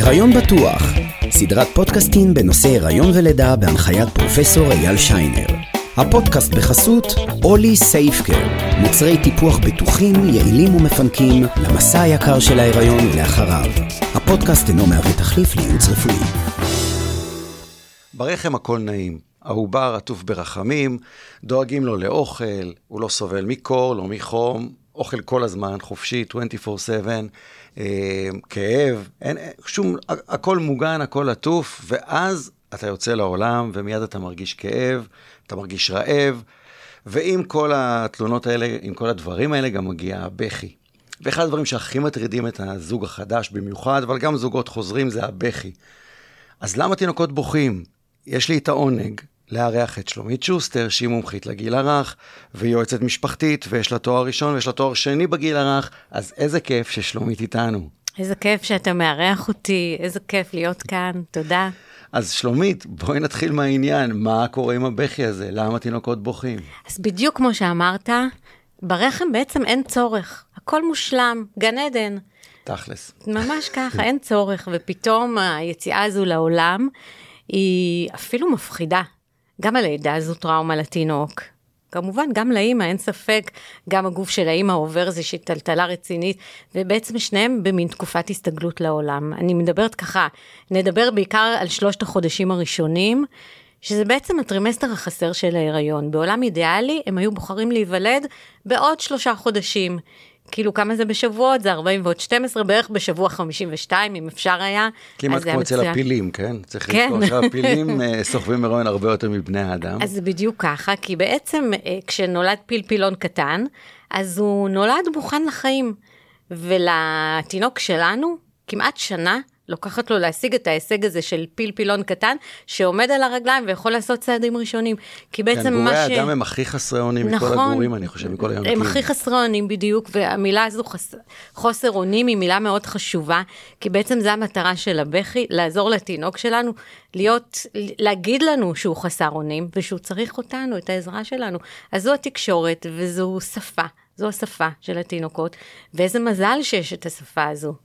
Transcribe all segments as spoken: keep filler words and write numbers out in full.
הריון בטוח, סדרת פודקאסטים בנושא הריון ולידה בהנחיית פרופסור אייל שיינר. הפודקאסט בחסות אולי סייפקר, מוצרי טיפוח בטוחים, יעילים ומפנקים למסע היקר של ההיריון ולאחריו. הפודקאסט אינו מהווה תחליף לייעוץ רפואי. ברחם הכל נעים, העובר עטוף ברחמים, דואגים לו לאוכל, הוא לא סובל מקור, לא מחום, אוכל כל הזמן, חופשי, עשרים וארבע שבע, אה, כאב, אין, שום, הכל מוגן, הכל עטוף, ואז אתה יוצא לעולם, ומיד אתה מרגיש כאב, אתה מרגיש רעב, ועם כל התלונות האלה, עם כל הדברים האלה, גם מגיע הבכי. ואחד הדברים שהכי מטרידים את הזוג החדש במיוחד, אבל גם זוגות חוזרים, זה הבכי. אז למה תינוקות בוכים? יש לי את העונג לארח את שלומית שוסטר, שהיא מומחית לגיל הרך, והיא יועצת משפחתית, ויש לה תואר ראשון, ויש לה תואר שני בגיל הרך, אז איזה כיף ששלומית איתנו. איזה כיף שאתה מארח אותי, איזה כיף להיות כאן, תודה. אז שלומית, בואי נתחיל מהעניין, מה קורה עם הבכי הזה? למה תינוקות בוכים? אז בדיוק כמו שאמרת, ברחם בעצם אין צורך, הכל מושלם, גן עדן. תכלס. ממש ככה, אין צורך, ופתאום היציאה הזו לעולם, היא אפילו מפחידה. גם הלידה זו טראומה לתינוק. כמובן, גם לאמא, אין ספק, גם הגוף של האמא עובר איזושהי טלטלה רצינית, ובעצם שניהם במין תקופת הסתגלות לעולם. אני מדברת ככה, נדבר בעיקר על שלושת החודשים הראשונים, שזה בעצם הטרימסטר החסר של ההיריון. בעולם אידיאלי, הם היו בוחרים להיוולד בעוד שלושה חודשים. כאילו כמה זה בשבועות, זה ארבעים ועוד שתים עשרה, בערך בשבוע חמישים ושתיים, אם אפשר היה. כמעט כמו אצל הפילים, כן? צריך לזכור שהפילים סוחבים הריון הרבה יותר מבני האדם. אז זה בדיוק ככה, כי בעצם כשנולד פיל פילון קטן, אז הוא נולד מוכן לחיים, ולתינוק שלנו, כמעט שנה, לוקחת לו להשיג את ההישג הזה של פיל פילון קטן, שעומד על הרגליים ויכול לעשות צעדים ראשונים. כי בעצם כן, מה ש... גורי האדם הם הכי חסרי אונים נכון, מכל הגורים, אני חושב, מכל היונקים. הם הכי חסרי אונים בדיוק, והמילה הזו חס... חוסר אונים היא מילה מאוד חשובה, כי בעצם זו המטרה של הבכי, לעזור לתינוק שלנו, להיות, להגיד לנו שהוא חסר אונים, ושהוא צריך אותנו, את העזרה שלנו. אז זו התקשורת, וזו שפה, זו השפה של התינוקות, ואיזה מזל שיש את השפה הזו.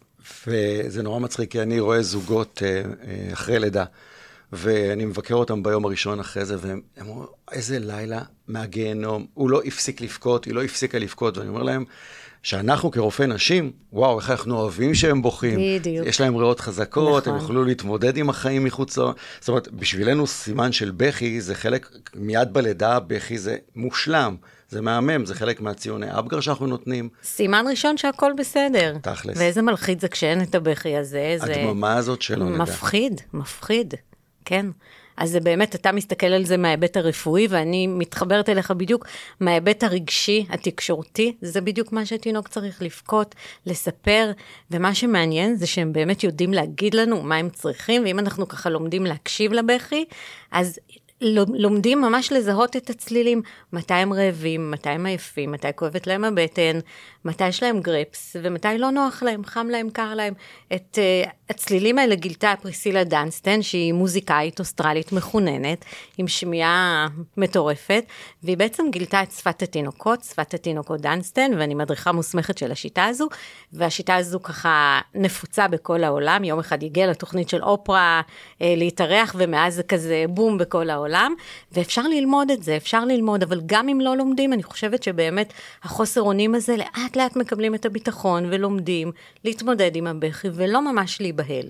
וזה נורא מצחיק, כי אני רואה זוגות אחרי לידה, ואני מבקר אותם ביום הראשון אחרי זה, והם אומרים, איזה לילה מהגיהנום, הוא לא הפסיק לבכות, היא לא הפסיקה לבכות, ואני אומר להם, שאנחנו כרופאי נשים, וואו, איך אנחנו אוהבים שהם בוכים. בדיוק. יש להם ריאות חזקות, נכון. הם יוכלו להתמודד עם החיים מחוץ לו. זאת אומרת, בשבילנו סימן של בכי, זה חלק, מיד בלידה, בכי זה מושלם. זה מהמם, זה חלק מהציוני אבגר שאנחנו נותנים. סימן ראשון שהכל בסדר. תכלס. ואיזה מלחיד זה כשאין את הבכי הזה. הדממה הזאת שלא נדע. מפחיד, מפחיד, כן. אז זה באמת, אתה מסתכל על זה מההיבט הרפואי, ואני מתחברת אליך בדיוק מההיבט הרגשי, התקשורתי, זה בדיוק מה שתינוק צריך לפקות, לספר, ומה שמעניין זה שהם באמת יודעים להגיד לנו מה הם צריכים, ואם אנחנו ככה לומדים להקשיב לבכי, אז לומדים ממש לזהות את הצלילים, מתי הם רעבים, מתי הם עייפים, מתי כואבת להם הבטן, מתי יש להם גרפס, ומתי לא נוח להם, חם להם, קר להם. את uh, הצלילים האלה גילתה פריסילה דנסטן, שהיא מוזיקאית אוסטרלית מחוננת, עם שמיעה מטורפת, והיא בעצם גילתה את שפת התינוקות, שפת התינוקות דנסטן, ואני מדריכה מוסמכת של השיטה הזו, והשיטה הזו ככה נפוצה בכל העולם, יום אחד הגיעה לתוכנית של אופרה אה, להתארח, ומאז זה כזה בום בכל העולם, ואפשר ללמוד את זה, אפשר ללמוד, אבל גם אם לא לומדים, אני חושבת שבאמת החוסר אונים הזה, לאט לאט מקבלים את הביטחון, ולומדים להתמודד עם הבכי, ולא ממש להיבהל.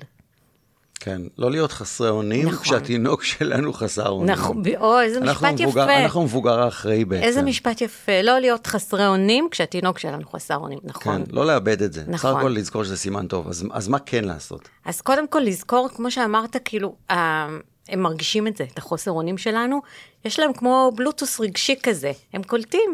כן, לא להיות חסרי אונים, נכון. כשהתינוק שלנו חסר אונים. נכון, או, איזה משפט מבוגר, יפה. אנחנו מבוגר האחראי בעצם. איזה משפט יפה, לא להיות חסרי אונים, כשהתינוק שלנו חסר אונים, נכון. כן, לא לאבד את זה. נכון. בסך הכל לזכור שזה סימן טוב, אז, אז מה כן לעשות? אז קודם כל לזכור, כמו שאמרת, כאילו, הם מרגישים את זה, את החוסר אונים שלנו, יש להם כמו בלוטוס רגשי כזה, הם קולטים,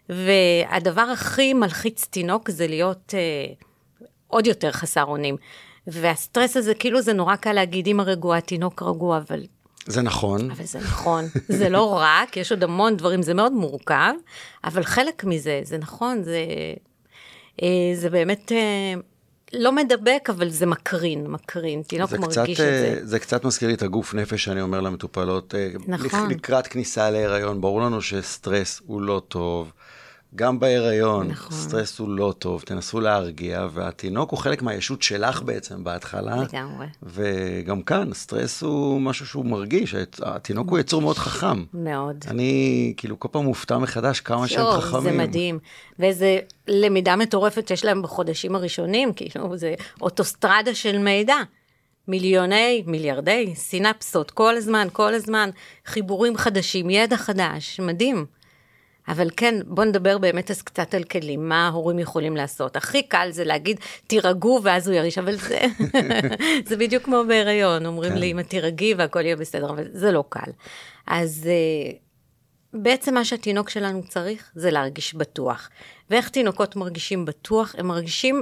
והדבר הכי מלחיץ תינוק זה להיות אה, עוד יותר חסר אונים. והסטרס הזה, כאילו זה נורא קל להגיד, אם הרגוע, תינוק רגוע, אבל... זה נכון. אבל זה נכון. זה לא רק, יש עוד המון דברים, זה מאוד מורכב, אבל חלק מזה, זה נכון, זה, אה, זה באמת... אה, לא מדבק, אבל זה מקרין, מקרין, תינוק מרגיש קצת, את זה. זה קצת מזכיר לי את הגוף נפש שאני אומר למטופלות, נכון. לקראת כניסה להיריון, ברור לנו שסטרס הוא לא טוב, גם בהיריון, נכון. סטרס הוא לא טוב, תנסו להרגיע, והתינוק הוא חלק מהישות שלך בעצם בהתחלה. לגמרי. וגם כאן, סטרס הוא משהו שהוא מרגיש, התינוק הוא יצור מאוד חכם. מאוד. אני כאילו כל פעם מופתע מחדש כמה שהם חכמים. זה מדהים. וזה למידה מטורפת שיש להם בחודשים הראשונים, כאילו זה אוטוסטרדה של מידע. מיליוני, מיליארדי, סינפסות, כל הזמן, כל הזמן, חיבורים חדשים, ידע חדש, מדהים. אבל כן, בוא נדבר באמת אז קצת על כלים, מה ההורים יכולים לעשות. הכי קל זה להגיד, תירגעו ואז הוא יריש, אבל זה, זה בדיוק כמו בהיריון, אומרים לי, אמא תירגעי והכל יהיה בסדר, אבל זה לא קל. אז בעצם מה שהתינוק שלנו צריך, זה להרגיש בטוח. ואיך תינוקות מרגישים בטוח? הם מרגישים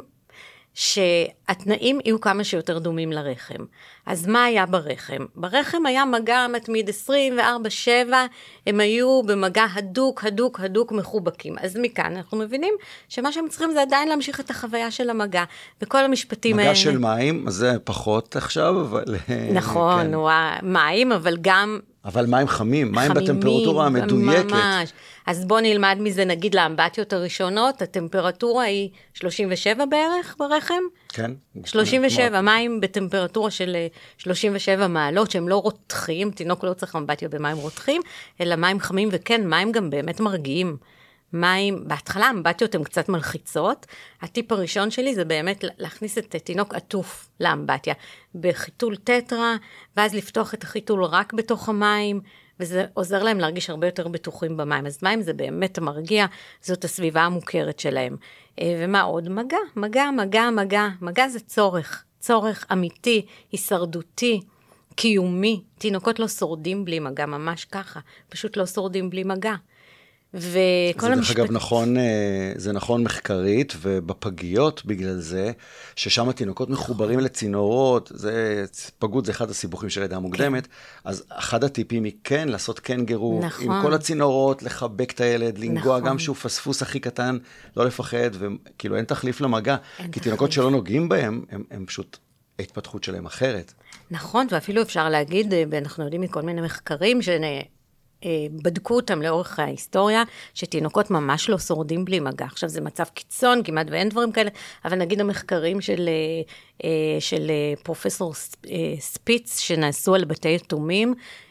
שהתנאים יהיו כמה שיותר דומים לרחם. אז מה היה ברחם? ברחם היה מגע מתמיד עשרים וארבע שבע, הם היו במגע הדוק, הדוק, הדוק מחובקים. אז מכאן אנחנו מבינים שמה שהם צריכים זה עדיין להמשיך את החוויה של המגע, וכל המשפטים מגע האלה... של מים, זה פחות עכשיו, אבל... נכון, כן. הוא מים, אבל גם... אבל מים חמים, מים בטמפרטורה המדויקת. ממש. אז בוא נלמד מזה, נגיד לאמבטיות הראשונות, הטמפרטורה היא שלושים ושבע בערך ברחם? כן. שלושים ושבע, מים בטמפרטורה של שלושים ושבע מעלות, שהם לא רותחים, תינוק לא צריך אמבטיות במים רותחים, אלא מים חמים, וכן, מים גם באמת מרגיעים. מים, בהתחלה אמבטיות הן קצת מלחיצות, הטיפ הראשון שלי זה באמת להכניס את תינוק עטוף לאמבטיה, בחיתול טטרה, ואז לפתוח את החיתול רק בתוך המים, וזה עוזר להם להרגיש הרבה יותר בטוחים במים. אז מים זה באמת המרגיע, זאת הסביבה המוכרת שלהם. ומה עוד? מגע, מגע, מגע, מגע. מגע זה צורך, צורך אמיתי, הישרדותי, קיומי. תינוקות לא שורדים בלי מגע, ממש ככה. פשוט לא שורדים בלי מגע. וכל זה דרך המשפט... אגב נכון, זה נכון מחקרית, ובפגיות בגלל זה, ששם התינוקות מחוברים לצינורות, זה, פגות זה אחד הסיבוכים של לידה מוקדמת, כן. אז אחד הטיפים היא כן, לעשות קנגרו, נכון. עם כל הצינורות, לחבק את הילד, לנגוע נכון. גם שהוא פספוס הכי קטן, לא לפחד, וכאילו אין תחליף למגע, כי תחליף. תינוקות שלא נוגעים בהם, הם, הם פשוט, ההתפתחות שלהם אחרת. נכון, ואפילו אפשר להגיד, אנחנו יודעים מכל מיני מחקרים, ש... בדקו אותם לאורך ההיסטוריה, שתינוקות ממש לא שורדים בלי מגע. עכשיו זה מצב קיצון, כמעט ואין דברים כאלה, אבל נגיד המחקרים של, של פרופסור ספיץ, שנעשו על בתי יתומים,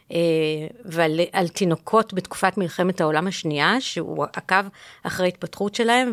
ועל על תינוקות בתקופת מלחמת העולם השנייה, שהוא עקב אחרי התפתחות שלהם,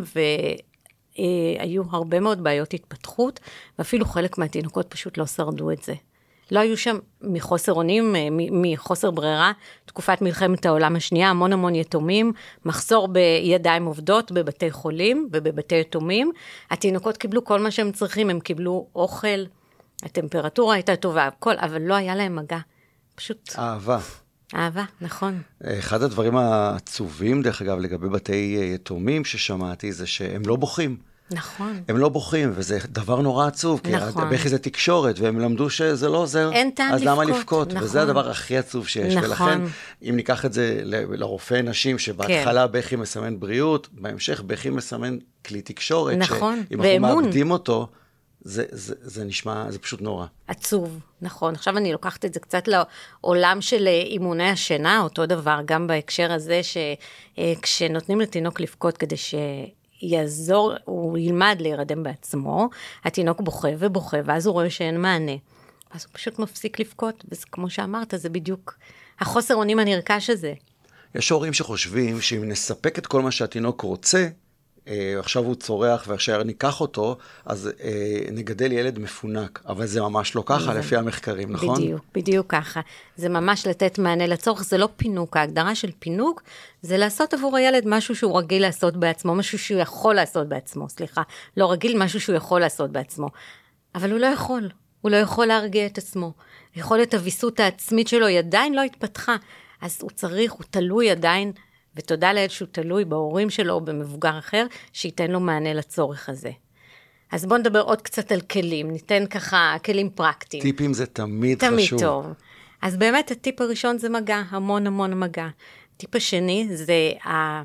והיו הרבה מאוד בעיות התפתחות, ואפילו חלק מהתינוקות פשוט לא שרדו את זה. לא היו שם מחוסר אונים, מחוסר ברירה, תקופת מלחמת העולם השנייה, המון המון יתומים, מחסור בידיים עובדות בבתי חולים ובבתי יתומים. התינוקות קיבלו כל מה שהם צריכים, הם קיבלו אוכל, הטמפרטורה הייתה טובה, הכל, אבל לא היה להם מגע. פשוט... אהבה. אהבה, נכון. אחד הדברים העצובים, דרך אגב, לגבי בתי יתומים ששמעתי, זה שהם לא בוכים. נכון. הם לא בוכים, וזה דבר נורא עצוב, נכון. כי בכי זה תקשורת, והם למדו שזה לא עוזר, אין טעם אז לבכות. למה לבכות? נכון. וזה הדבר הכי עצוב שיש, נכון. ולכן, אם ניקח את זה ל- לרופא נשים, שבהתחלה כן. בכי מסמן בריאות, בהמשך בכי מסמן כלי תקשורת, נכון. שאם ואמון. אנחנו מאבדים אותו, זה, זה, זה נשמע, זה פשוט נורא. עצוב, נכון. עכשיו אני לוקחת את זה קצת לעולם של אימוני השינה, אותו דבר, גם בהקשר הזה, שכשנותנים לתינוק לבכות כדי ש... יעזור, הוא ילמד להירדם בעצמו, התינוק בוכה ובוכה, ואז הוא רואה שאין מענה. אז הוא פשוט מפסיק לבכות, וזה כמו שאמרת, זה בדיוק החוסר אונים הנרכש הזה. יש הורים שחושבים שאם נספק את כל מה שהתינוק רוצה, אה, עכשיו הוא צורח ועכשיו ניקח אותו, אז אה, נגדל ילד מפונק. אבל זה ממש לא ככה, לפי המחקרים, נכון? בדיוק, בדיוק ככה. זה ממש לתת מענה לצורך, זה לא פינוק. ההגדרה של פינוק זה לעשות עבור הילד משהו שהוא רגיל לעשות בעצמו, משהו שהוא יכול לעשות בעצמו, סליחה. לא רגיל, משהו שהוא יכול לעשות בעצמו. אבל הוא לא יכול. הוא לא יכול להרגיע את עצמו. יכולת הוויסות העצמית שלו היא עדיין לא התפתחה. אז הוא צריך, הוא תלוי עדיין, ותודה לאל שהוא תלוי בהורים שלו או במבוגר אחר, שייתן לו מענה לצורך הזה. אז בואו נדבר עוד קצת על כלים, ניתן ככה כלים פרקטיים. טיפים זה תמיד, תמיד חשוב. תמיד טוב. אז באמת הטיפ הראשון זה מגע, המון המון מגע. הטיפ השני זה, ה...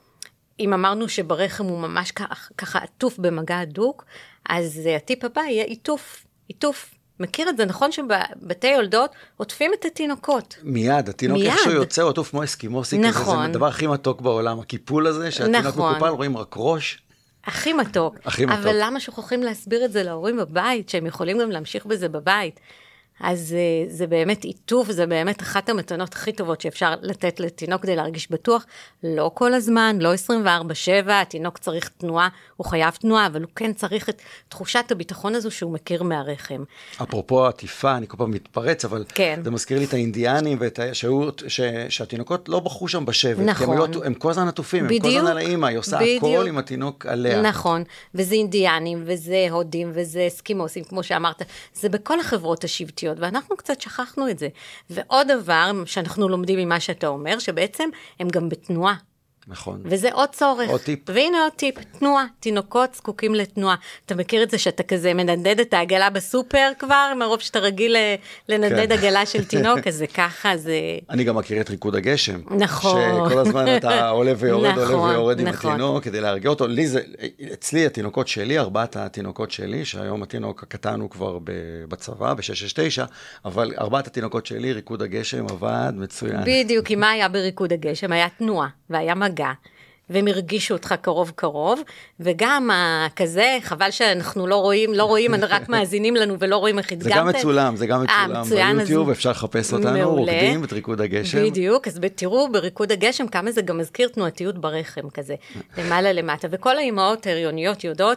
אם אמרנו שברחם הוא ממש ככה, ככה עטוף במגע הדוק, אז הטיפ הבא יהיה עיטוף, עיטוף מכיר את זה, נכון שבבתי יולדות עוטפים את התינוקות. מיד, התינוק מיד. איכשהו יוצא, עוטוף כמו אסקימוסי, נכון. כזה, זה הדבר הכי מתוק בעולם, הקיפול הזה, שהתינוק נכון. מקופל, רואים רק ראש. הכי מתוק. הכי מתוק. אבל למה שוכחים להסביר את זה להורים בבית, שהם יכולים גם להמשיך בזה בבית? אז זה באמת עיטוף, זה באמת אחת המתנות הכי טובות שאפשר לתת לתינוק כדי להרגיש בטוח, לא כל הזמן, לא עשרים וארבע שבע, התינוק צריך תנועה, הוא חייב תנועה, אבל הוא כן צריך את תחושת הביטחון הזו שהוא מכיר מהרחם. אפרופו עטיפה, אני כל פעם מתפרץ, אבל כן. זה מזכיר לי את האינדיאנים, ואת ה... שהות, ש... שהתינוקות לא בחרו שם בשבט, נכון. כי הם, היו... הם כל הזמן עטופים, בדיוק, הם כל הזמן על האמא, היא עושה בדיוק. הכל עם התינוק עליה. נכון, וזה אינדיאנים, וזה הודים, וזה אסקימוסים, כמו שאמרת, זה בכל החברות השבטיות, ואנחנו קצת שכחנו את זה. ועוד דבר שאנחנו לומדים ממה שאתה אומר, שבעצם הם גם בתנועה. נכון. וזה עוד צורך. עוד טיפ. והנה עוד טיפ, תנועה. תינוקות זקוקים לתנועה. אתה מכיר את זה שאתה כזה מנדד את העגלה בסופר כבר, מרוב שאתה רגיל לנדד כן. עגלה של תינוק, אז זה ככה, זה... אני גם מכיר את ריקוד הגשם. נכון. שכל הזמן אתה עולה ויורד, נכון, עולה ויורד נכון. עם התינוק, כדי להרגיע אותו. לי זה, אצלי התינוקות שלי, ארבעת התינוקות שלי, שהיום התינוק הקטן הוא כבר בצבא, ב-שש שש תשע, אבל ארבעת התינוקות שלי, ריקוד הגשם עבד מצוין. בדיוק, כי מה היה בריקוד הגשם? היה תנועה, והיה מגע, והם הרגישו אותך קרוב קרוב, וגם כזה, חבל שאנחנו לא רואים, לא רואים, רק מאזינים לנו ולא רואים איך הדגמתם. זה גם מצולם, זה גם מצולם ביוטיוב, אפשר לחפש אותנו, רוקדים את ריקוד הגשם. בדיוק, אז תראו בריקוד הגשם כמה זה גם מזכיר תנועתיות ברחם כזה, למעלה למטה, וכל האימהות הריוניות יודעות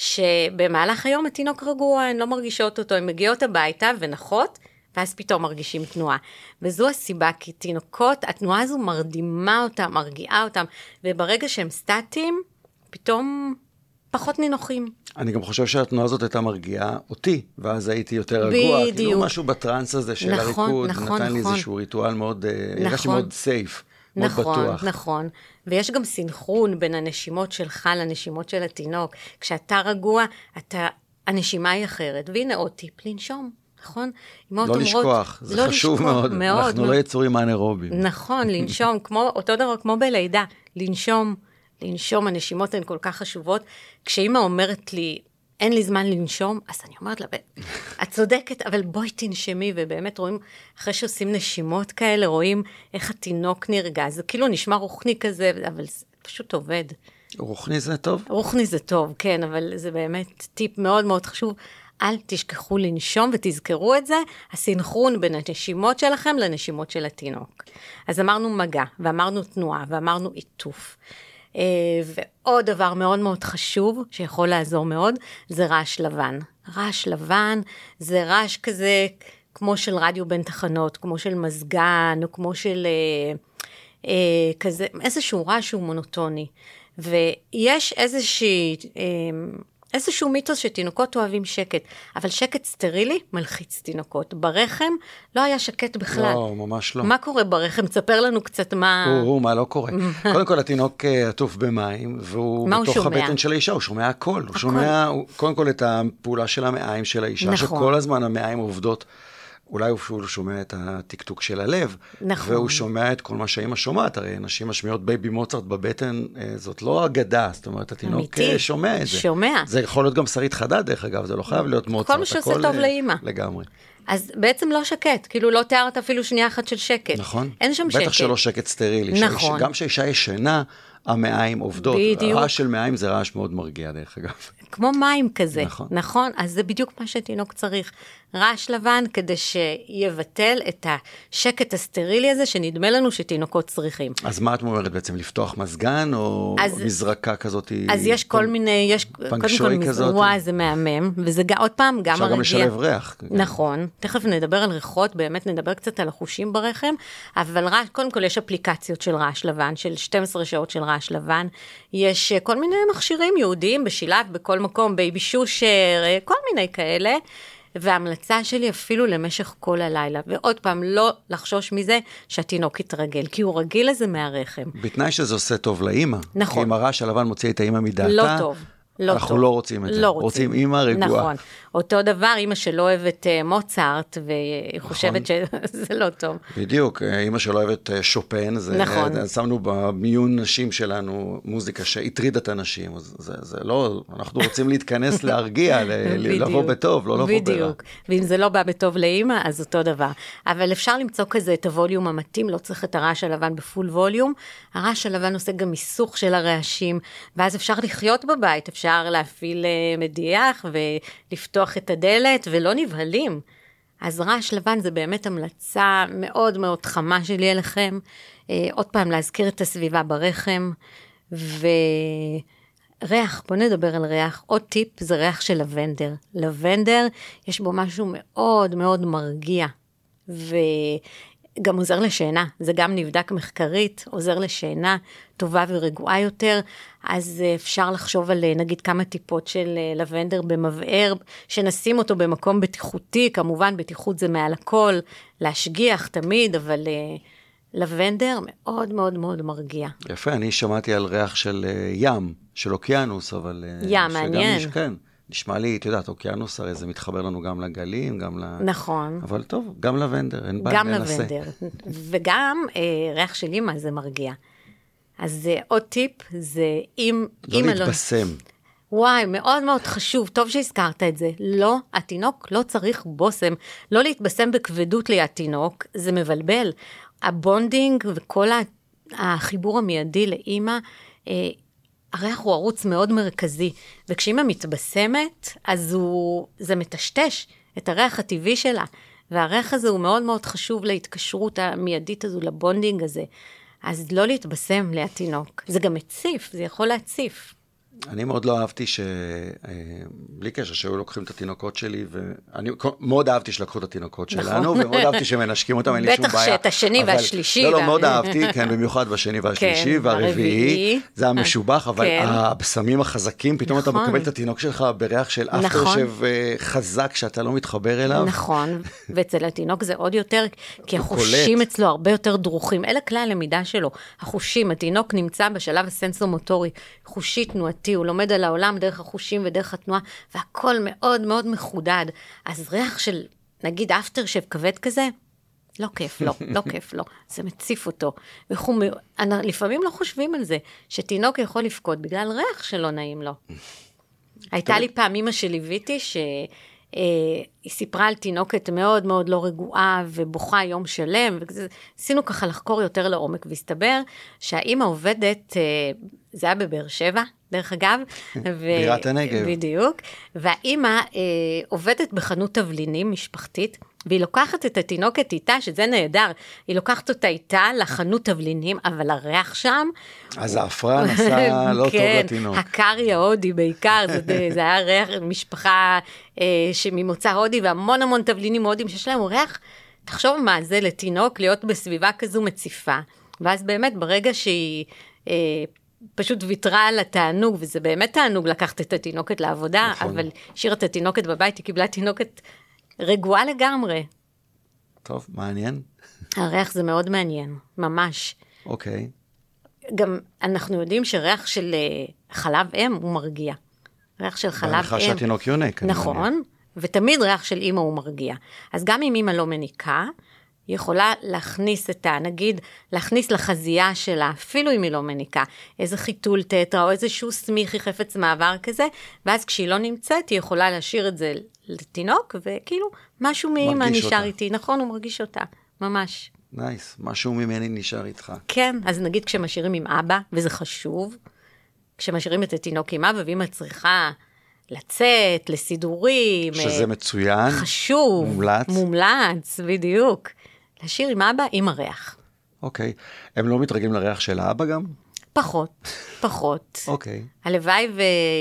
שבמהלך היום התינוק רגוע, הן לא מרגישות אותו, הן מגיעות הביתה ונחות, ואז פתאום מרגישים תנועה. וזו הסיבה, כי תינוקות, התנועה הזו מרדימה אותם, מרגיעה אותם, וברגע שהם סטטיים, פתאום פחות נינוחים. אני גם חושב שהתנועה הזאת הייתה מרגיעה אותי, ואז הייתי יותר רגוע. בדיוק. כאילו משהו בטרנס הזה של נכון, הריקוד, נכון, נתן נכון. לי איזשהו ריטואל מאוד, נכון. הרגשתי מאוד סייף, מאוד נכון, בטוח. נכון, ויש גם סינכרון בין הנשימות שלך לנשימות של התינוק. כשאתה רגוע, אתה, הנשימה היא אחרת, והנה עוד טיפ לנשום. נכון? לא אומרות, לשכוח, זה לא חשוב לשכוח, מאוד, מאוד, אנחנו מאוד. לא יצורים אנאירובים. נכון, לנשום, כמו, אותו דבר כמו בלידה, לנשום, לנשום, הנשימות הן כל כך חשובות, כשאמא אומרת לי, אין לי זמן לנשום, אז אני אומרת לה, את צודקת, אבל בואי תנשמי, ובאמת רואים, אחרי שעושים נשימות כאלה, רואים איך התינוק נרגע, זה כאילו נשמע רוחני כזה, אבל זה פשוט עובד. רוחני זה טוב? רוחני זה טוב, כן, אבל זה באמת טיפ מאוד מאוד חשוב, אל תשכחו לנשום ותזכרו את זה, הסינכרון בין הנשימות שלכם לנשימות של התינוק. אז אמרנו מגע, ואמרנו תנועה, ואמרנו עיטוף. ועוד דבר מאוד מאוד חשוב, שיכול לעזור מאוד, זה רעש לבן. רעש לבן זה רעש כזה, כמו של רדיו בין תחנות, כמו של מזגן, או כמו של אה, אה, כזה, איזשהו רעש שהוא מונוטוני. ויש איזושהי... אה, איזשהו מיתוס שתינוקות אוהבים שקט, אבל שקט סטרילי מלחיץ תינוקות. ברחם לא היה שקט בכלל. לא, ממש לא. מה קורה ברחם? תספר לנו קצת מה... הוא, מה לא קורה. קודם כל, התינוק עטוף במים, והוא בתוך הבטן של האישה, הוא שומע הכל. הוא שומע, קודם כל, את הפעולה של המעיים של האישה, שכל הזמן המעיים עובדות. אולי הוא שומע את הטקטוק של הלב, נכון. והוא שומע את כל מה שהאמא שומעת, הרי נשים משמיעות בייבי מוצרט בבטן, זאת לא אגדה, זאת אומרת, התינוק שומע את זה. שומע. זה יכול להיות גם שרית חדה, דרך אגב, זה לא חייב להיות מוצרט. כל מה שעושה טוב לאמא. לגמרי. אז בעצם לא שקט, כאילו לא תיארת אפילו שנייה אחת של שקט. נכון. אין שם שקט. בטח שלא שקט סטרילי. נכון. גם כשאישה ישנה, המעיים עובדות. בדיוק. רעש של מעיים זה רעש מאוד מרגיע, דרך אגב. כמו מים כזה, נכון. נכון? אז זה בדיוק מה שתינוק צריך. רעש לבן כדי שיבטל את השקט הסטרילי הזה שנדמה לנו שתינוקות צריכים. אז מה את אומרת בעצם? לפתוח מזגן או אז, מזרקה כזאת? אז יש כל מיני, יש קודם כל מזרוע, זה מהמם, וזה עוד פעם גם הרגיע. אפשר גם לשלב ריח. נכון, תכף נדבר על ריחות, באמת נדבר קצת על החושים ברחם, אבל רעש, קודם כל יש אפליקציות של רעש לבן, של שתים עשרה שעות של רעש לבן, יש כל מיני מכשירים יהודיים בשילב, בכל מקום, בייבי שושר, כל מיני כאלה, וההמלצה שלי אפילו למשך כל הלילה, ועוד פעם לא לחשוש מזה שהתינוק יתרגל, כי הוא רגיל לזה מהרחם. בתנאי שזה עושה טוב לאמא. נכון. כי אם הרעש הלבן מוציא את האמא מדעתה, לא טוב. לא אנחנו טוב. לא רוצים את זה. לא רוצים. רוצים אימא רגועה. נכון. אותו דבר, אימא שלא אוהבת uh, מוצרט, והיא נכון. חושבת שזה לא טוב. בדיוק, אימא שלא אוהבת שופן, זה, נכון. שמנו במיון נשים שלנו מוזיקה שהטרידה את הנשים, זה, זה לא, אנחנו רוצים להתכנס להרגיע, לבוא בטוב, לא לבוא ברע. בדיוק, ואם זה לא בא בטוב לאמא, אז אותו דבר. אבל אפשר למצוא כזה את הווליום המתאים, לא צריך את הרעש הלבן בפול ווליום, הרעש הלבן עושה גם מיסוך של הרעשים, ואז אפשר לחיות בבית, אפשר להפעיל מדיח ולפתוח את הדלת, ולא נבהלים. אז רעש לבן זה באמת המלצה מאוד מאוד חמה שלי אליכם, עוד פעם להזכיר את הסביבה ברחם, וריח, בוא נדבר על ריח, עוד טיפ זה ריח של לבנדר, לבנדר יש בו משהו מאוד מאוד מרגיע, וגם עוזר לשינה, זה גם נבדק מחקרית, עוזר לשינה טובה ורגועה יותר, אז אפשר לחשוב על נגיד כמה טיפות של לבנדר במבער, שנשים אותו במקום בטיחותי, כמובן בטיחות זה מעל הכל, להשגיח תמיד, אבל לבנדר מאוד מאוד מאוד מרגיע. יפה, אני שמעתי על ריח של ים, של אוקיינוס, אבל... ים, מעניין. כן, נשמע לי, את יודעת, אוקיינוס הרי זה מתחבר לנו גם לגלים, גם ל... נכון. אבל טוב, גם לבנדר, אין בעיה לנסה. גם לבנדר, וגם אה, ריח של אימא זה מרגיע. אז אה, עוד טיפ, זה אם... לא להתבשם. וואי, מאוד מאוד חשוב, טוב שהזכרת את זה. לא, התינוק לא צריך בוסם, לא להתבשם בכבדות ליד תינוק, זה מבלבל. הבונדינג וכל החיבור המיידי לאמא, אה, הריח הוא ערוץ מאוד מרכזי, וכשאמא מתבשמת, אז הוא, זה מטשטש את הריח הטבעי שלה, והריח הזה הוא מאוד מאוד חשוב להתקשרות המיידית הזו, לבונדינג הזה. אז לא להתבשם ליד תינוק, זה גם מציף, זה יכול להציף. אני מאוד לא אהבתי ש... בלי קשר שהיו לוקחים את התינוקות שלי, ואני מאוד אהבתי שלקחו את התינוקות שלנו, ומאוד אהבתי שמנשקים אותם, אין לי שום בעיה. בטח שאת השני והשלישי. לא, לא, מאוד אהבתי, כן, במיוחד בשני והשלישי, והרביעי, זה היה משובח, אבל הבשמים החזקים, פתאום אתה מקבל את התינוק שלך בריח של אפטרשב חזק, שאתה לא מתחבר אליו. נכון, ואצל התינוק זה עוד יותר, כי החושים אצלו הרבה יותר דרוכים, אלה כלי הלמידה שלו, החושים, התינוק נמצא בשלב הסנסומוטורי, חושי תנועתי, הוא לומד על העולם דרך החושים ודרך התנועה, והכל מאוד מאוד מחודד. אז ריח של, נגיד, אפטרשב כבד כזה, לא כיף, לא, לא כיף, לא. זה מציף אותו. ואנחנו לפעמים לא חושבים על זה, שתינוק יכול לפקוד בגלל ריח שלא נעים לו. הייתה לי פעם אמא שליוויתי, שהיא סיפרה על תינוקת מאוד מאוד לא רגועה, ובוכה יום שלם, ועשינו ככה לחקור יותר לעומק, והסתבר שהאמא עובדת, זה היה בבאר שבע, דרך אגב. בירת הנגב. בדיוק. והאמא אה, עובדת בחנות תבלינים משפחתית, והיא לוקחת את התינוקת איתה, שזה נהדר, היא לוקחת אותה איתה לחנות תבלינים, אבל הריח שם... אז האפרן עשה לא טוב לתינוק. כן, הקרי ההודי בעיקר, זה, זה היה ריח משפחה אה, שממוצא הודי, והמון המון תבלינים הודים שיש להם, הוא ריח, תחשוב מה זה לתינוק, להיות בסביבה כזו מציפה. ואז באמת ברגע שהיא... אה, פשוט ויתרה על התענוג, וזה באמת תענוג לקחת את התינוקת לעבודה, נכון. אבל השאירה את התינוקת בבית, היא קיבלה תינוקת רגועה לגמרי. טוב, מעניין. הריח זה מאוד מעניין, ממש. אוקיי. גם אנחנו יודעים שריח של חלב אם הוא מרגיע. ריח של חלב אם. בהנחה שהתינוק יונק. נכון, ותמיד ריח של אמא הוא מרגיע. אז גם אם אמא לא מניקה, היא יכולה להכניס את ה, נגיד, להכניס לחזייה שלה, אפילו אם היא לא מניקה, איזה חיתול טטרה, או איזשהו סמיכי חפץ מעבר כזה, ואז כשהיא לא נמצאת, היא יכולה להשאיר את זה לתינוק, וכאילו, משהו מאמא נשאר איתי, נכון, הוא מרגיש אותה, ממש. נייס, משהו ממני נשאר איתך. כן, אז נגיד כשמשאירים עם אבא, וזה חשוב, כשמשאירים את התינוק עם אבא, ואמא צריכה לצאת, לסידורים. שזה מצוין. חשוב. מומלץ. מומלץ, בדיוק. להשאיר עם אבא עם הריח. אוקיי. הם לא מתרגלים לריח של האבא גם? פחות, פחות. אוקיי. הלוואי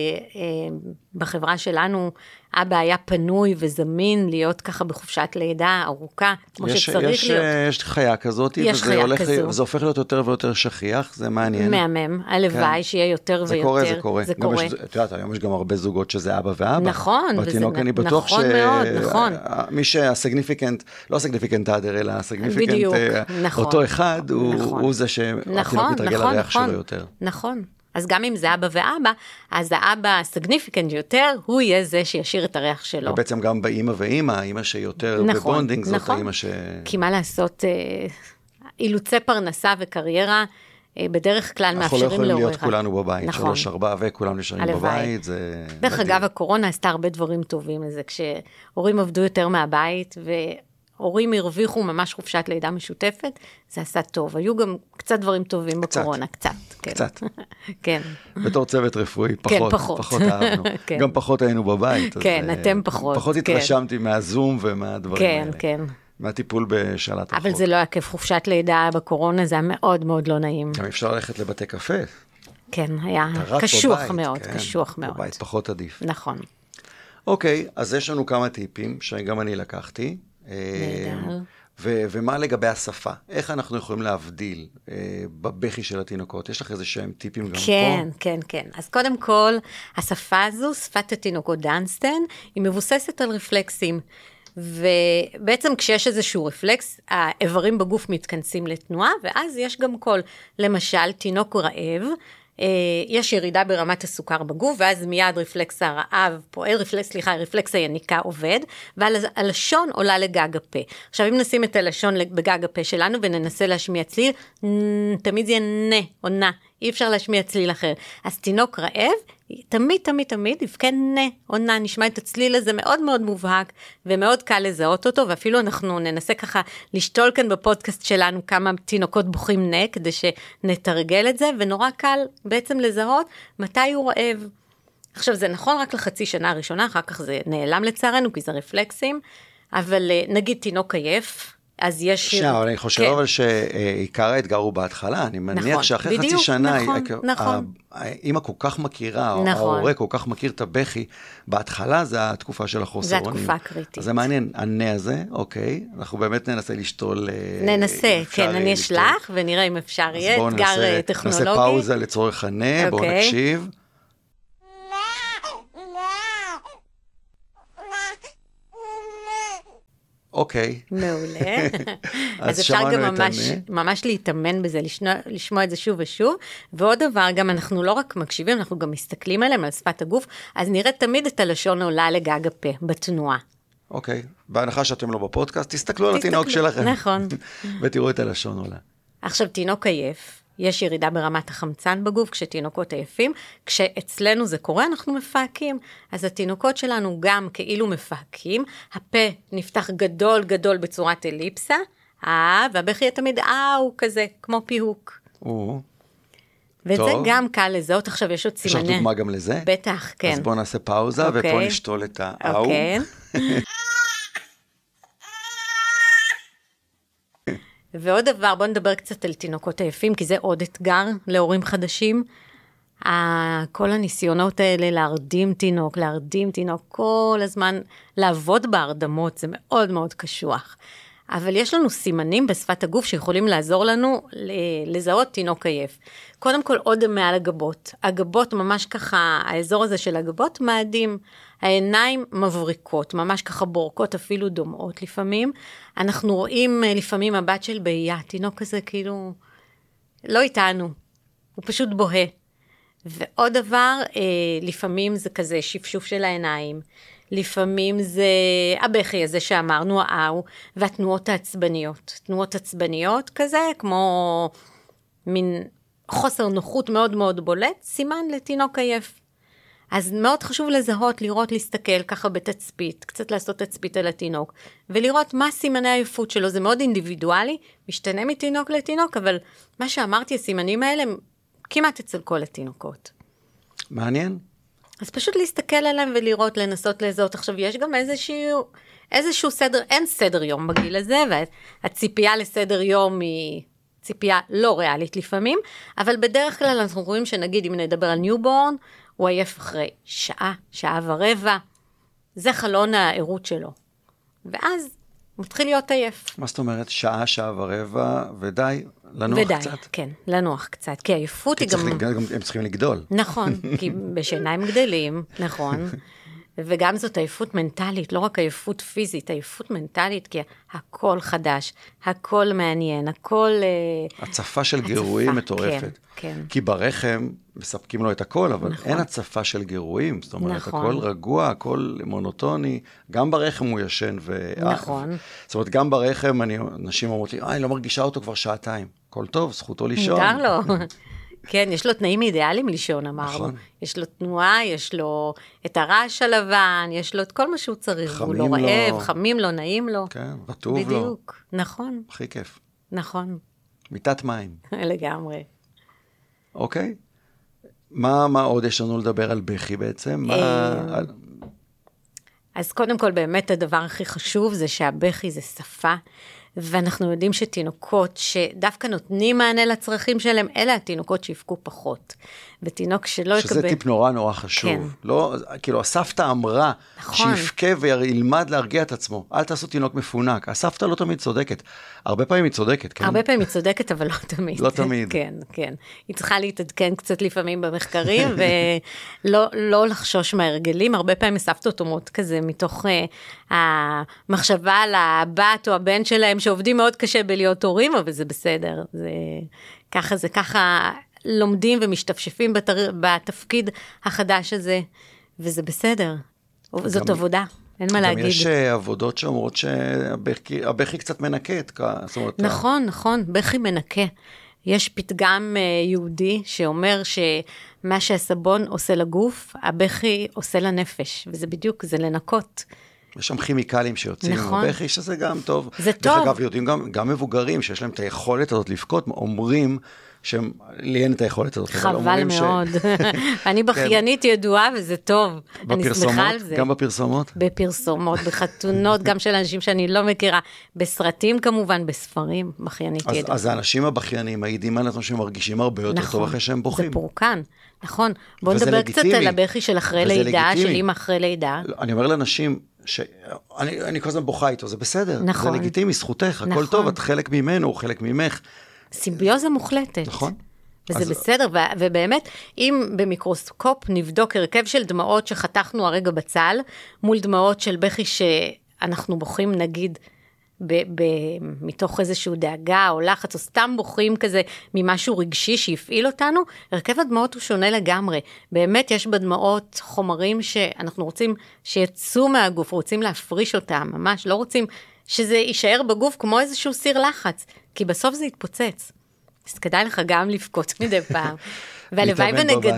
ובחברה שלנו אבא היה פנוי וזמין להיות ככה בחופשת לידה ארוכה, כמו יש, שצריך יש, להיות. יש חיה כזאת, יש וזה, חיה הולך, כזו. וזה הופך להיות יותר ויותר שכיח, זה מעניין. מהמם, הלוואי כן. שיהיה יותר זה ויותר. קורה, זה קורה. זה קורה. יש, את יודעת, היום יש גם הרבה זוגות שזה אבא ואבא. נכון. והתינוק וזה, אני בטוח נכון ש... מאוד, נכון. מי שהסגניפיקנט, לא הסגניפיקנט האדר, אלא הסגניפיקנט, בדיוק, נכון. אותו אחד, הוא, נכון. הוא זה שהתינוק נכון, מתרגל נכון, לריח נכון, שלו יותר. נכון. אז גם אם זה אבא ואבא, אז האבא סגניפיקנט יותר, הוא יהיה זה שישאיר את הריח שלו. ובעצם גם באמא ואמא, אמא שיותר נכון, בבונדינג, זאת נכון. האמא ש... כי מה לעשות, אה, אילוצי פרנסה וקריירה, אה, בדרך כלל מאפשרים לעורר. אנחנו לא יכולים להיות כולנו בבית, נכון. שלוש ארבע וכולם נשארים בבית, זה... דרך אגב, הקורונה עשתה הרבה דברים טובים לזה, כשהורים עבדו יותר מהבית, והורים הרוויחו ממש חופשת לידה משותפת, זה עשה טוב. היו גם קצת דברים טובים קצת. בקורונה, קצת. כן. קצת. כן. בתור צוות רפואי, פחות, כן, פחות. פחות אהבנו. כן. גם פחות היינו בבית. כן, אז, אתם פחות. פחות כן. התרשמתי מהזום ומהדברים כן, האלה. כן. מהטיפול בשאלת החוק. אבל זה לא היה כיף חופשת לידה בקורונה, זה היה מאוד מאוד לא נעים. גם אפשר ללכת לבתי קפה. כן, היה אתה רק קשוח בבית, מאוד, כן, קשוח מאוד. בבית פחות עדיף. נכון. אוקיי, אז יש לנו כמה טיפים שגם אני לקחתי. נהדר. ו- ומה לגבי השפה? איך אנחנו יכולים להבדיל אה, בבכי של התינוקות? יש לך איזה שהם טיפים גם כן, פה? כן, כן. אז קודם כל, השפה הזו, שפת התינוקות דנסטן, היא מבוססת על רפלקסים. ובעצם כשיש איזשהו רפלקס, האיברים בגוף מתכנסים לתנועה, ואז יש גם קול. למשל, תינוק רעב, יש ירידה ברמת הסוכר בגוף, ואז מיד רפלקס הרעב פועל, רפלקס, סליחה, רפלקס היניקה עובד, והלשון עולה לגג הפה. עכשיו, אם נשים את הלשון בגג הפה שלנו, וננסה להשמיע צליל, תמיד זה יהיה נה או נה, אי אפשר להשמיע צליל אחר. אז תינוק רעב, תמיד, תמיד, תמיד, יבכה נה או נה, נשמע את הצליל הזה מאוד מאוד מובהק, ומאוד קל לזהות אותו, ואפילו אנחנו ננסה ככה לשתול כאן בפודקאסט שלנו כמה תינוקות בוכים נה, כדי שנתרגל את זה, ונורא קל בעצם לזהות מתי הוא רעב. עכשיו זה נכון רק לחצי שנה הראשונה, אחר כך זה נעלם לצערנו, כי זה רפלקסים, אבל נגיד תינוק עייף, אז יש... שנייה, אבל אני חושב אבל שעיקר האתגר הוא בהתחלה, אני מניח שאחרי חצי שנה, האמא כל כך מכירה, או ההורה כל כך מכיר את הבכי, בהתחלה זה התקופה של החוסר אונים. זה התקופה הקריטית. אז זה מעניין, הנה הזה, אוקיי, אנחנו באמת ננסה לשתול... ננסה, כן, אני אשלח, ונראה אם אפשר יהיה, אתגר טכנולוגי. נעשה פאוזה לצורך הנה, בואו נקשיב. אוקיי. מעולה. אז אפשר גם ממש, ממש להתאמן בזה, לשמוע, לשמוע את זה שוב ושוב. ועוד דבר, גם אנחנו לא רק מקשיבים, אנחנו גם מסתכלים עליהם, על שפת הגוף, אז נראה תמיד את הלשון עולה לגג הפה, בתנועה. אוקיי. בהנחה שאתם לא בפודקאסט, תסתכלו על התינוק שלכם. נכון. ותראו את הלשון עולה. עכשיו, תינוק עייף. יש ירידה ברמת החמצן בגוף, כשתינוקות עייפים, כשאצלנו זה קורה, אנחנו מפהקים. אז התינוקות שלנו גם כאילו מפהקים, הפה נפתח גדול גדול בצורת אליפסה, אה, והבכי יהיה תמיד אה, הוא כזה, כמו פיהוק. או, וזה טוב. גם קל לזהות, עכשיו יש עוד סימני. יש לך דוגמה גם לזה? בטח, כן. אז בואו נעשה פאוזה, אוקיי. ופה נשתול את האו. אוקיי. ועוד דבר, בואו נדבר קצת על תינוקות עייפים, כי זה עוד אתגר להורים חדשים. כל הניסיונות האלה להרדים תינוק, להרדים תינוק, כל הזמן לעבוד בהרדמות, זה מאוד מאוד קשוח. אבל יש לנו סימנים בשפת הגוף שיכולים לעזור לנו לזהות תינוק עייף. קודם כל, עוד מעל הגבות. הגבות ממש ככה, האזור הזה של הגבות מאדים, העיניים מבריקות, ממש ככה בורקות, אפילו דומעות לפעמים. אנחנו רואים לפעמים מבט של בעיה, תינוק כזה כאילו לא איתנו, הוא פשוט בוהה. ועוד דבר, לפעמים זה כזה שפשוף של העיניים, לפעמים זה הבכי הזה שאמרנו, האו, והתנועות העצבניות. תנועות עצבניות כזה, כמו מין חוסר נוחות מאוד מאוד בולט, סימן לתינוק עייף. אז מאוד חשוב לזהות, לראות, להסתכל ככה בתצפית, קצת לעשות תצפית על התינוק, ולראות מה סימני העייפות שלו. זה מאוד אינדיבידואלי, משתנה מתינוק לתינוק, אבל מה שאמרתי, הסימנים האלה הם כמעט אצל כל התינוקות. מעניין. אז פשוט להסתכל עליהם ולראות, לנסות לזהות. עכשיו, יש גם איזשהו, איזשהו סדר, אין סדר יום בגיל הזה, והציפייה לסדר יום היא ציפייה לא ריאלית לפעמים, אבל בדרך כלל אנחנו רואים שנגיד, אם נדבר על ניובורן, הוא עייף אחרי שעה, שעה ורבע, זה חלון העירות שלו. ואז מתחיל להיות עייף. מה זאת אומרת? שעה, שעה ורבע, ודי, לנוח ודי, קצת? ודי, כן, לנוח קצת, כי העייפות היא גם... גם... הם צריכים לגדול. נכון, כי בשיניים גדלים, נכון. וגם זאת עייפות מנטלית, לא רק עייפות פיזית, עייפות מנטלית, כי הכל חדש, הכל מעניין, הכל... הצפה של גירויים מטורפת. כן, כן. כי ברחם מספקים לו את הכל, אבל נכון. אין הצפה של גירויים, זאת אומרת, נכון. הכל רגוע, הכל מונוטוני, גם ברחם הוא ישן ו... נכון. זאת אומרת, גם ברחם, אני, אנשים אומרות לי, אה, אני לא מרגישה אותו כבר שעתיים. הכל טוב, זכותו לישון. מותר לו. כן, יש לו תנאים אידיאליים לישון, אמרנו. נכון. יש לו תנועה, יש לו את הרעש הלבן, יש לו את כל מה שהוא צריך. הוא לא חמים לו. רעב, חמים לו, נעים לו. כן, רטוב לו. בדיוק, נכון, הכי כיף. נכון, מיטת מים. לגמרי. אוקיי. מה, מה עוד יש לנו לדבר על בכי בעצם? מה... על- אז קודם כל, באמת הדבר הכי חשוב זה שהבכי זה שפה, ואנחנו יודעים שתינוקות שדווקא נותנים מענה לצרכים שלהם, אלה התינוקות שיפקו פחות. ותינוק שלא יקבל... שזה טיפ נורא נורא חשוב. כן. לא, כאילו, הסבתא אמרה, נכון. שיפקה וילמד להרגיע את עצמו. אל תעשו תינוק מפונק. הסבתא לא תמיד צודקת. הרבה פעמים היא צודקת, כן? הרבה פעמים היא צודקת, אבל לא תמיד. לא תמיד. כן, כן. היא צריכה להתעדכן קצת לפעמים במחקרים, ולא לא לחשוש מהרגלים. הרבה פעמים סבתות אומרות כזה, מתוך uh, המחשבה על הבת או הבן שלהם, שעובדים מאוד קשה בלהיות הורים, אבל זה בסדר. זה, ככה זה ככה לומדים ומשתפשפים בתר, בתפקיד החדש הזה, וזה בסדר. זאת עבודה. אין מה להגיד. גם יש עבודות שאומרות שהבכי קצת מנקת. זאת אומרת, נכון, נכון, בכי מנקה. יש פתגם יהודי שאומר שמה שהסבון עושה לגוף, הבכי עושה לנפש, וזה בדיוק, זה לנקות. יש שם כימיקלים שיוצאים נכון. עם הבכי, שזה גם טוב. זה דרך טוב. אגב, יודעים גם, גם מבוגרים שיש להם את היכולת הזאת לבכות, אומרים שהם, לי אין את היכולת הזאת. אבל חבל אומרים מאוד. אני בכיינית ידועה וזה טוב. אני שמחה על זה. גם בפרסומות? בפרסומות, בחתונות, גם של אנשים שאני לא מכירה, בסרטים כמובן, בספרים, בכיינית אז, ידועה. אז האנשים הבכיינים מעידים על אנשים מרגישים הרבה יותר נכון, טוב אחרי שהם בוכים. זה פורקן, נכון. בואו וזה נדבר לגיטימי. קצת על הבכי של אחרי וזה לידה, לגיטימי. של אמא אחרי לידה. אני אומר לאנשים, שאני אני כל הזמן בוכה איתו, זה בסדר, נכון. זה לגיטימי, זכותך, הכל נכון. טוב, את חלק ממנו, הוא חלק ממך. סימביוזה מוחלטת. נכון. וזה אז... בסדר, ו- ובאמת, אם במיקרוסקופ נבדוק הרכב של דמעות שחתכנו הרגע בצל, מול דמעות של בכי שאנחנו בוכים נגיד, ב- ב- מתוך איזשהו דאגה או לחץ, או סתם בוכים כזה ממשהו רגשי שיפעיל אותנו, הרכב הדמעות הוא שונה לגמרי. באמת יש בדמעות חומרים שאנחנו רוצים שיצאו מהגוף, רוצים להפריש אותם, ממש לא רוצים שזה יישאר בגוף כמו איזשהו סיר לחץ, כי בסוף זה יתפוצץ. אז כדאי לך גם לבכות מדי פעם. והלוואי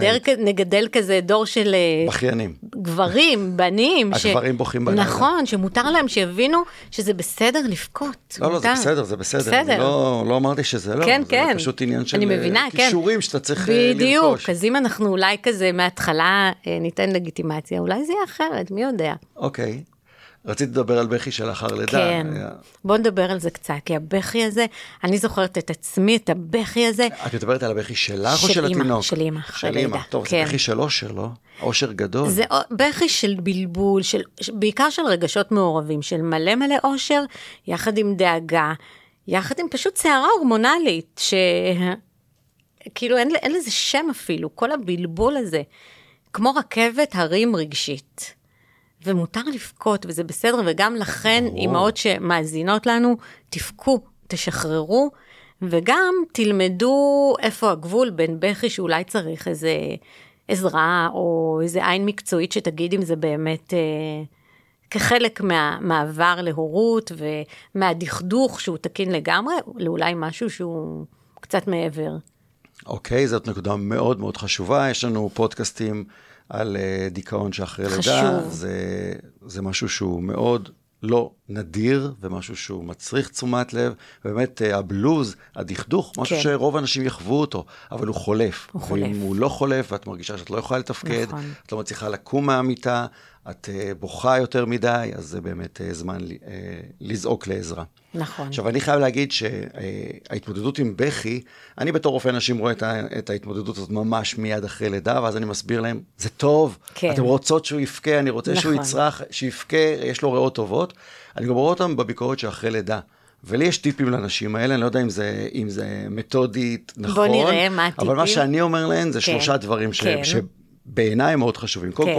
ונגדל כזה דור של... בכיינים. גברים, בנים. הגברים בוכים בלילה. נכון, שמותר להם שיבינו שזה בסדר לבכות. לא, לא, זה בסדר, זה בסדר. לא אמרתי שזה לא. כן, כן. זה פשוט עניין של כישורים שאתה צריך לרכוש. בדיוק, אז אם אנחנו אולי כזה מההתחלה ניתן לגיטימציה, אולי זה יהיה אחרת, מי יודע. אוקיי. רציתי לדבר על בכי של אחר לידה. כן, בוא נדבר על זה קצת, כי הבכי הזה, אני זוכרת את עצמי, את הבכי הזה. את מדברת על הבכי שלך או של התינוק? של אמא, אחרי לידה. טוב, זה בכי של אושר, לא? אושר גדול. זה בכי של בלבול, בעיקר של רגשות מעורבים, של מלא מלא אושר, יחד עם דאגה, יחד עם פשוט שערה הורמונלית, שכאילו אין לזה שם אפילו, כל הבלבול הזה, כמו רכבת הרים רגשית. ומותר לבכות, וזה בסדר, וגם לכן, אמהות שמאזינות לנו, תפקו, תשחררו, וגם תלמדו איפה הגבול בין בכי שאולי צריך איזה עזרה, או איזה עין מקצועית שתגיד אם זה באמת אה, כחלק מהמעבר להורות, ומהדכדוך שהוא תקין לגמרי, לאולי משהו שהוא קצת מעבר. אוקיי, זאת נקודה מאוד מאוד חשובה, יש לנו פודקאסטים, על דיכאון שאחרי לידה, זה, זה משהו שהוא מאוד לא נדיר, ומשהו שהוא מצריך תשומת לב, באמת הבלוז, הדכדוך, משהו כן. שרוב האנשים יחוו אותו, אבל הוא חולף. הוא חולף. ואם הוא לא חולף, ואת מרגישה שאת לא יכולה לתפקד, נכון. את לא מצליחה לקום מהמיטה, את בוכה יותר מדי, אז זה באמת זמן לזעוק לעזרה. נכון. עכשיו, אני חייב להגיד שההתמודדות עם בכי, אני בתור רופא נשים רואה את ההתמודדות הזאת ממש מיד אחרי לידה, ואז אני מסביר להם, זה טוב, כן. אתם רוצות שהוא יפקה, אני רוצה נכון. שהוא יצרח, שיפקה, יש לו ריאות טובות, אני גם רואה אותם בביקורת שאחרי לידה. ולי יש טיפים לאנשים האלה, אני לא יודע אם זה, אם זה מתודית נכון, בוא נראה מה הטיפים. אבל מה שאני אומר להם זה כן. שלושה דברים ש, כן. שבעיניי הם מאוד חשובים. קודם כן. כל,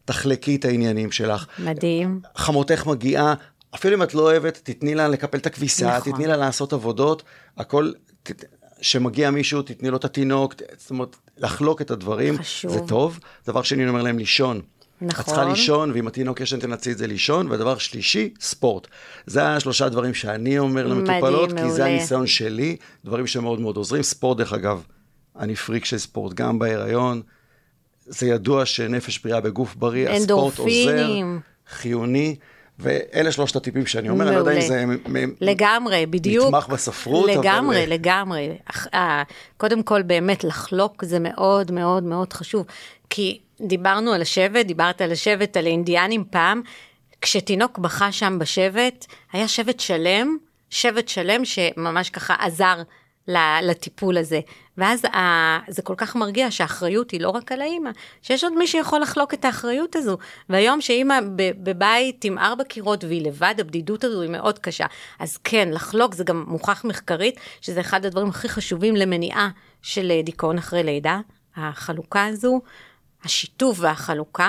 תחלקי את העניינים שלך. מדהים. חמותך מגיעה, אפילו אם את לא אוהבת, תתני לה לקפל את הכביסה, נכון. תתני לה לעשות עבודות, הכל, ת, שמגיע מישהו, תתני לו את התינוק, זאת אומרת, לחלוק את הדברים, חשוב. זה טוב. דבר שני, אני אומר להם לישון. נכון. את צריכה לישון, ואם התינוק ישן, תנצי את זה לישון, והדבר שלישי, ספורט. זה השלושה דברים שאני אומר למטופלות, כי זה הניסיון שלי, דברים שמאוד מאוד עוזרים. ספורט, דרך אגב, אני פריק של ספורט, גם בהיריון, זה ידוע שנפש בריאה בגוף בריא, הספורט עוזר, חיוני, ואלה שלושת הטיפים שאני אומר, אני לא יודע אם זה לגמרי, בדיוק, נתמך בספרות, לגמרי, אבל... לגמרי. קודם כל באמת לחלוק זה מאוד מאוד מאוד חשוב, כי דיברנו על השבט, דיברת על השבט, על האינדיאנים פעם, כשתינוק בכה שם בשבט, היה שבט שלם, שבט שלם שממש ככה עזר לטיפול הזה, ואז זה כל כך מרגיע שהאחריות היא לא רק על האמא, שיש עוד מי שיכול לחלוק את האחריות הזו, והיום שאמא בבית עם ארבע קירות והיא לבד, הבדידות הזו היא מאוד קשה, אז כן, לחלוק זה גם מוכח מחקרית, שזה אחד הדברים הכי חשובים למניעה של דיכאון אחרי לידה, החלוקה הזו, השיתוף והחלוקה,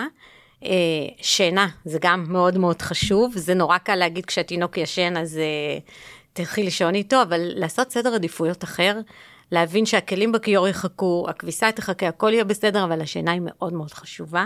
שינה, זה גם מאוד מאוד חשוב, זה נורא קל להגיד כשהתינוק ישן, אז תלכי לישון איתו, אבל לעשות סדר עדיפויות אחר, להבין שהכלים בכיור יחכו, הכביסה תחכה, הכל יהיה בסדר, אבל השינה היא מאוד מאוד חשובה,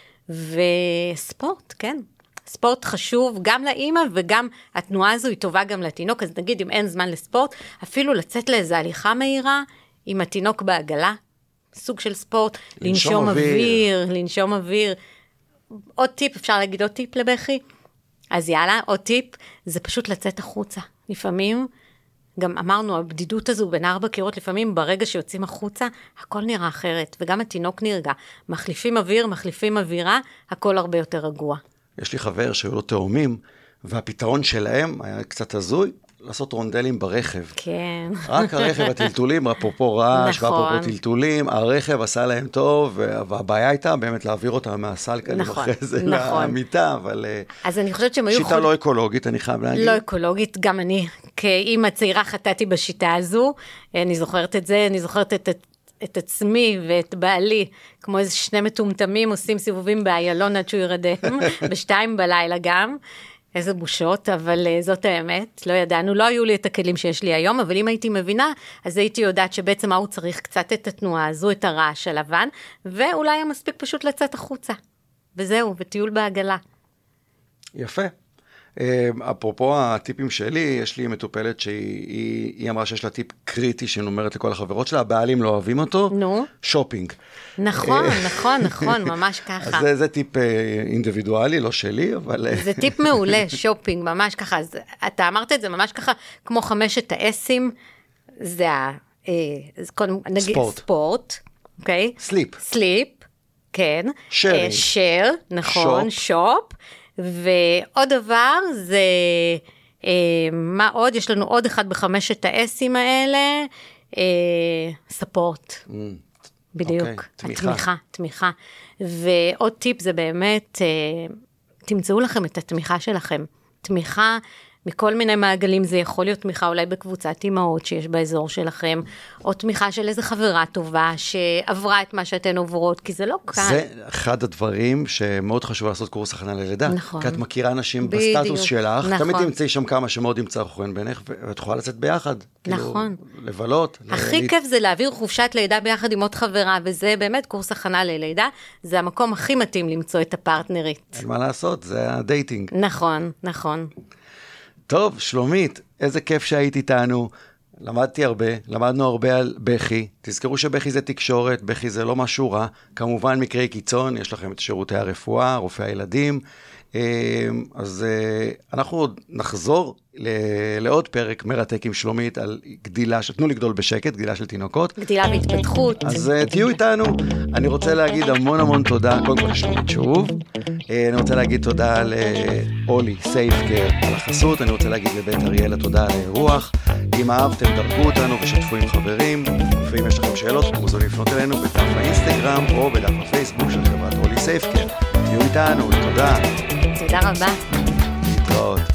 וספורט, כן, ספורט חשוב גם לאמא, וגם התנועה הזו היא טובה גם לתינוק, אז נגיד אם אין זמן לספורט, אפילו לצאת לאיזו הליכה מהירה, עם התינוק בעגלה, סוג של ספורט, לנשום אוויר, לנשום אוויר, עוד טיפ, אפשר להגיד עוד טיפ לבכי? אז יאללה, עוד טיפ, זה פשוט לצאת החוצה. לפעמים, גם אמרנו, הבדידות הזו בין ארבע קירות, לפעמים ברגע שיוצאים החוצה, הכל נראה אחרת, וגם התינוק נרגע. מחליפים אוויר, מחליפים אווירה, הכל הרבה יותר רגוע. יש לי חבר שהיו לו תאומים, והפתרון שלהם היה קצת הזוי, לעשות רונדלים ברכב. כן. רק הרכב, הטלטולים, אפרופו רעש, נכון. ואפרופו טלטולים, הרכב עשה להם טוב, והבעיה הייתה באמת להעביר אותם מהסלקנים נכון, אחרי זה נכון. למיטה, אבל אז אני חושבת שהם היו שיטה חוד... לא אקולוגית, אני חייב להגיד. לא אקולוגית, גם אני, כאמא צעירה חטאתי בשיטה הזו, אני זוכרת את זה, אני זוכרת את, את, את עצמי ואת בעלי, כמו איזה שני מטומטמים, עושים סיבובים באיילון עד שהוא ירדם, בשתיים בלילה גם, איזה בושות, אבל uh, זאת האמת, לא ידענו, לא היו לי את הכלים שיש לי היום, אבל אם הייתי מבינה, אז הייתי יודעת שבעצם הוא צריך קצת את התנועה הזו, את הרעש הלבן, ואולי היה מספיק פשוט לצאת החוצה, וזהו, וטיול בעגלה. יפה. אפרופו הטיפים שלי, יש לי מטופלת שהיא היא, היא אמרה שיש לה טיפ קריטי שנומרת לכל החברות שלה, הבעלים לא אוהבים אותו, נו. שופינג. נכון, נכון, נכון, ממש ככה. אז זה, זה טיפ אינדיבידואלי, לא שלי, אבל... זה טיפ מעולה, שופינג, ממש ככה. אז אתה אמרת את זה ממש ככה, כמו חמשת האסים, זה ה... נגיד, ספורט. ספורט, אוקיי? סליפ. סליפ, כן. שרינג. שר, נכון, שופ. ועוד דבר זה, מה עוד? יש לנו עוד אחד בחמשת האסים האלה, ספורט. בדיוק. התמיכה, תמיכה. ועוד טיפ זה באמת, תמצאו לכם את התמיכה שלכם. תמיכה מכל מיני מעגלים, זה יכול להיות תמיכה אולי בקבוצת אימהות שיש באזור שלכם, או תמיכה של איזו חברה טובה שעברה את מה שאתן עוברות, כי זה לא קל. זה אחד הדברים שמאוד חשוב לעשות קורס הכנה ללידה. נכון. כי את מכירה אנשים בדיוק. בסטטוס שלך, נכון. תמיד תמצאי שם כמה שמאוד ימצא חוכן בינך, ואת יכולה לצאת ביחד. נכון. כאילו, לבלות. הכי ל... כיף זה להעביר חופשת לידה ביחד עם עוד חברה, וזה באמת קורס הכנה ללידה, זה המקום הכי מתאים למצוא את הפרטנרית. אין מה לעשות, זה הדייטינג. נכון, נכון. טוב, שלומית, איזה כיף שהיית איתנו, למדתי הרבה, למדנו הרבה על בכי, תזכרו שבכי זה תקשורת, בכי זה לא משהו רע, כמובן מקרי קיצון, יש לכם את שירותי הרפואה, רופאי הילדים, אז אנחנו עוד נחזור לעוד פרק מרתק עם שלומית על גדילה, תנו לגדול בשקט, גדילה של תינוקות. גדילה והתפתחות. אז תהיו איתנו, אני רוצה להגיד המון המון תודה, קודם כל לשלומית שוב, אני רוצה להגיד תודה לאולי סייפקר על החסות, אני רוצה להגיד לבית אריאלה תודה על האירוח, אם אהבתם דרכו אותנו ושתפו עם חברים, ואם יש לכם שאלות, אתם מוזמנים לפנות אלינו בדף האינסטגרם או בדף הפייסבוק של חברת אולי סייפקר. תהיו איתנו, תודה. תודה רבה. להתראות.